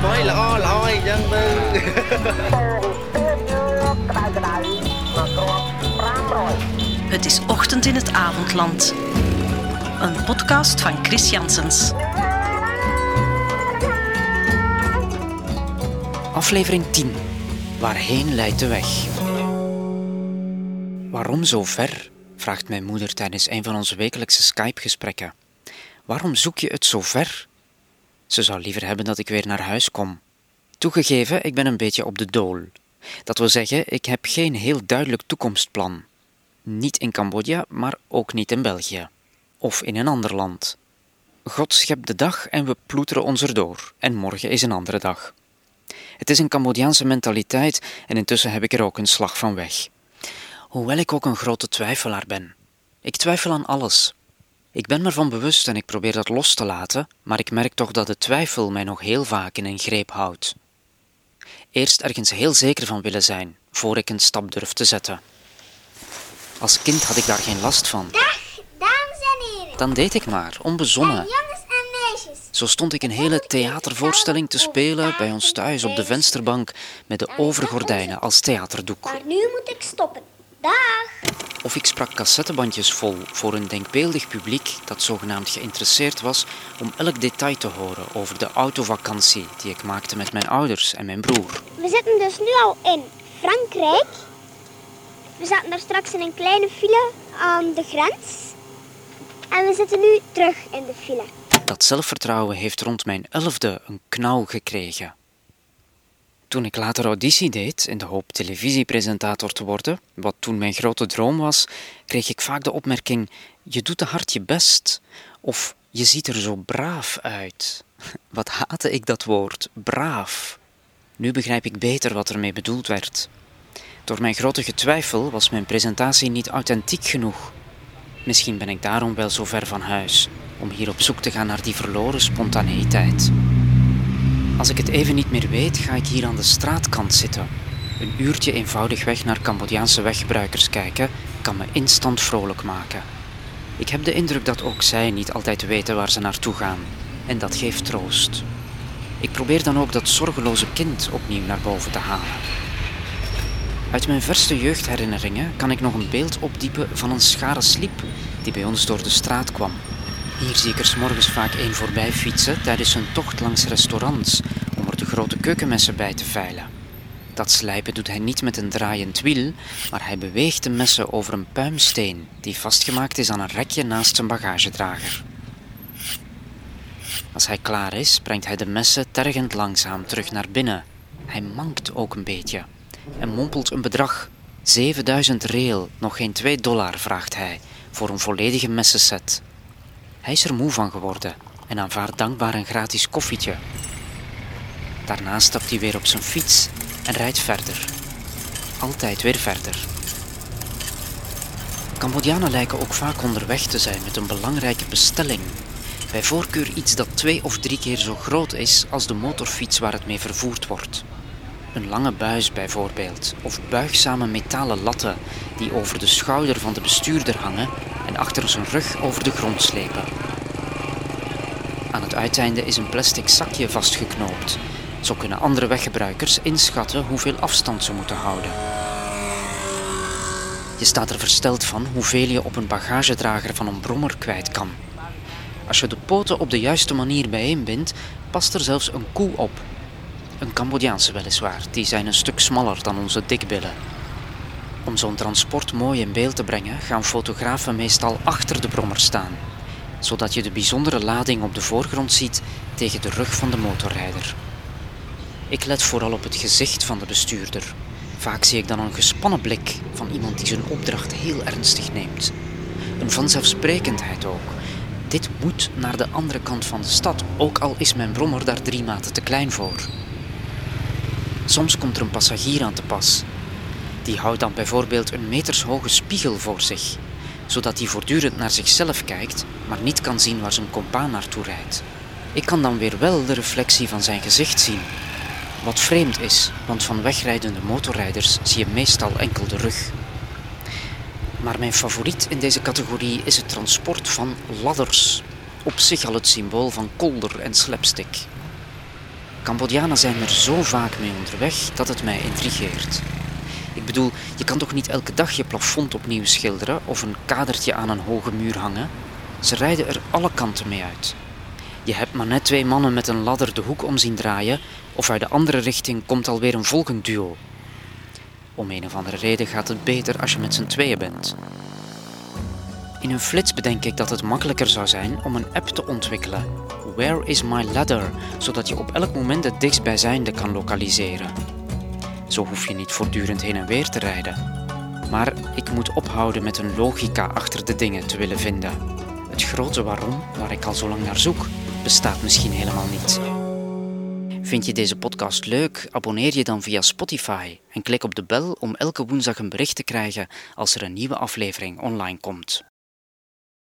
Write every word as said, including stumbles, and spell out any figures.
Hoi, hoi, hoi, jang tư. Het is ochtend in het avondland. Een podcast van Chris Janssens. Aflevering tien. Waarheen leidt de weg? Waarom zo ver? Vraagt mijn moeder tijdens een van onze wekelijkse Skype-gesprekken. Waarom zoek je het zo ver? Ze zou liever hebben dat ik weer naar huis kom. Toegegeven, ik ben een beetje op de dool. Dat wil zeggen, ik heb geen heel duidelijk toekomstplan. Niet in Cambodja, maar ook niet in België. Of in een ander land. God schept de dag en we ploeteren ons erdoor. En morgen is een andere dag. Het is een Cambodjaanse mentaliteit en intussen heb ik er ook een slag van weg. Hoewel ik ook een grote twijfelaar ben. Ik twijfel aan alles. Ik ben me ervan bewust en ik probeer dat los te laten, maar ik merk toch dat de twijfel mij nog heel vaak in een greep houdt. Eerst ergens heel zeker van willen zijn, voor ik een stap durf te zetten. Als kind had ik daar geen last van. Dag, dames en heren. Dan deed ik maar, onbezonnen. En jongens en meisjes. Zo stond ik een hele theatervoorstelling te spelen bij ons thuis op de vensterbank met de overgordijnen als theaterdoek. Maar nu moet ik stoppen. Dag. Of ik sprak cassettebandjes vol voor een denkbeeldig publiek dat zogenaamd geïnteresseerd was om elk detail te horen over de autovakantie die ik maakte met mijn ouders en mijn broer. We zitten dus nu al in Frankrijk. We zaten daar straks in een kleine file aan de grens. En we zitten nu terug in de file. Dat zelfvertrouwen heeft rond mijn elfde een knauw gekregen. Toen ik later auditie deed, in de hoop televisiepresentator te worden, wat toen mijn grote droom was, kreeg ik vaak de opmerking: je doet te hard je best. Of je ziet er zo braaf uit. Wat haatte ik dat woord, braaf. Nu begrijp ik beter wat ermee bedoeld werd. Door mijn grote getwijfel was mijn presentatie niet authentiek genoeg. Misschien ben ik daarom wel zo ver van huis, om hier op zoek te gaan naar die verloren spontaneïteit. Als ik het even niet meer weet, ga ik hier aan de straatkant zitten. Een uurtje eenvoudigweg naar Cambodjaanse weggebruikers kijken kan me instant vrolijk maken. Ik heb de indruk dat ook zij niet altijd weten waar ze naartoe gaan. En dat geeft troost. Ik probeer dan ook dat zorgeloze kind opnieuw naar boven te halen. Uit mijn verste jeugdherinneringen kan ik nog een beeld opdiepen van een schare sliep die bij ons door de straat kwam. Hier zie ik er 's morgens vaak één voorbij fietsen tijdens een tocht langs restaurants om er de grote keukenmessen bij te veilen. Dat slijpen doet hij niet met een draaiend wiel, maar hij beweegt de messen over een puimsteen die vastgemaakt is aan een rekje naast zijn bagagedrager. Als hij klaar is, brengt hij de messen tergend langzaam terug naar binnen. Hij mankt ook een beetje en mompelt een bedrag. zevenduizend reel, nog geen twee dollar, vraagt hij, voor een volledige messenset. Hij is er moe van geworden en aanvaardt dankbaar een gratis koffietje. Daarna stapt hij weer op zijn fiets en rijdt verder. Altijd weer verder. Cambodjanen lijken ook vaak onderweg te zijn met een belangrijke bestelling. Bij voorkeur iets dat twee of drie keer zo groot is als de motorfiets waar het mee vervoerd wordt. Een lange buis bijvoorbeeld, of buigzame metalen latten die over de schouder van de bestuurder hangen en achter zijn rug over de grond slepen. Aan het uiteinde is een plastic zakje vastgeknoopt. Zo kunnen andere weggebruikers inschatten hoeveel afstand ze moeten houden. Je staat er versteld van hoeveel je op een bagagedrager van een brommer kwijt kan. Als je de poten op de juiste manier bijeenbindt, past er zelfs een koe op. Een Cambodjaanse weliswaar, die zijn een stuk smaller dan onze dikbillen. Om zo'n transport mooi in beeld te brengen, gaan fotografen meestal achter de brommer staan, zodat je de bijzondere lading op de voorgrond ziet tegen de rug van de motorrijder. Ik let vooral op het gezicht van de bestuurder. Vaak zie ik dan een gespannen blik van iemand die zijn opdracht heel ernstig neemt. Een vanzelfsprekendheid ook. Dit moet naar de andere kant van de stad, ook al is mijn brommer daar drie maten te klein voor. Soms komt er een passagier aan te pas. Die houdt dan bijvoorbeeld een metershoge spiegel voor zich, zodat hij voortdurend naar zichzelf kijkt, maar niet kan zien waar zijn compaan naartoe rijdt. Ik kan dan weer wel de reflectie van zijn gezicht zien. Wat vreemd is, want van wegrijdende motorrijders zie je meestal enkel de rug. Maar mijn favoriet in deze categorie is het transport van ladders. Op zich al het symbool van kolder en slapstick. Cambodjanen zijn er zo vaak mee onderweg dat het mij intrigeert. Ik bedoel, je kan toch niet elke dag je plafond opnieuw schilderen of een kadertje aan een hoge muur hangen? Ze rijden er alle kanten mee uit. Je hebt maar net twee mannen met een ladder de hoek om zien draaien of uit de andere richting komt alweer een volgend duo. Om een of andere reden gaat het beter als je met z'n tweeën bent. In een flits bedenk ik dat het makkelijker zou zijn om een app te ontwikkelen. Where is my ladder? Zodat je op elk moment het dichtstbijzijnde kan lokaliseren. Zo hoef je niet voortdurend heen en weer te rijden. Maar ik moet ophouden met een logica achter de dingen te willen vinden. Het grote waarom, waar ik al zo lang naar zoek, bestaat misschien helemaal niet. Vind je deze podcast leuk? Abonneer je dan via Spotify en klik op de bel om elke woensdag een bericht te krijgen als er een nieuwe aflevering online komt.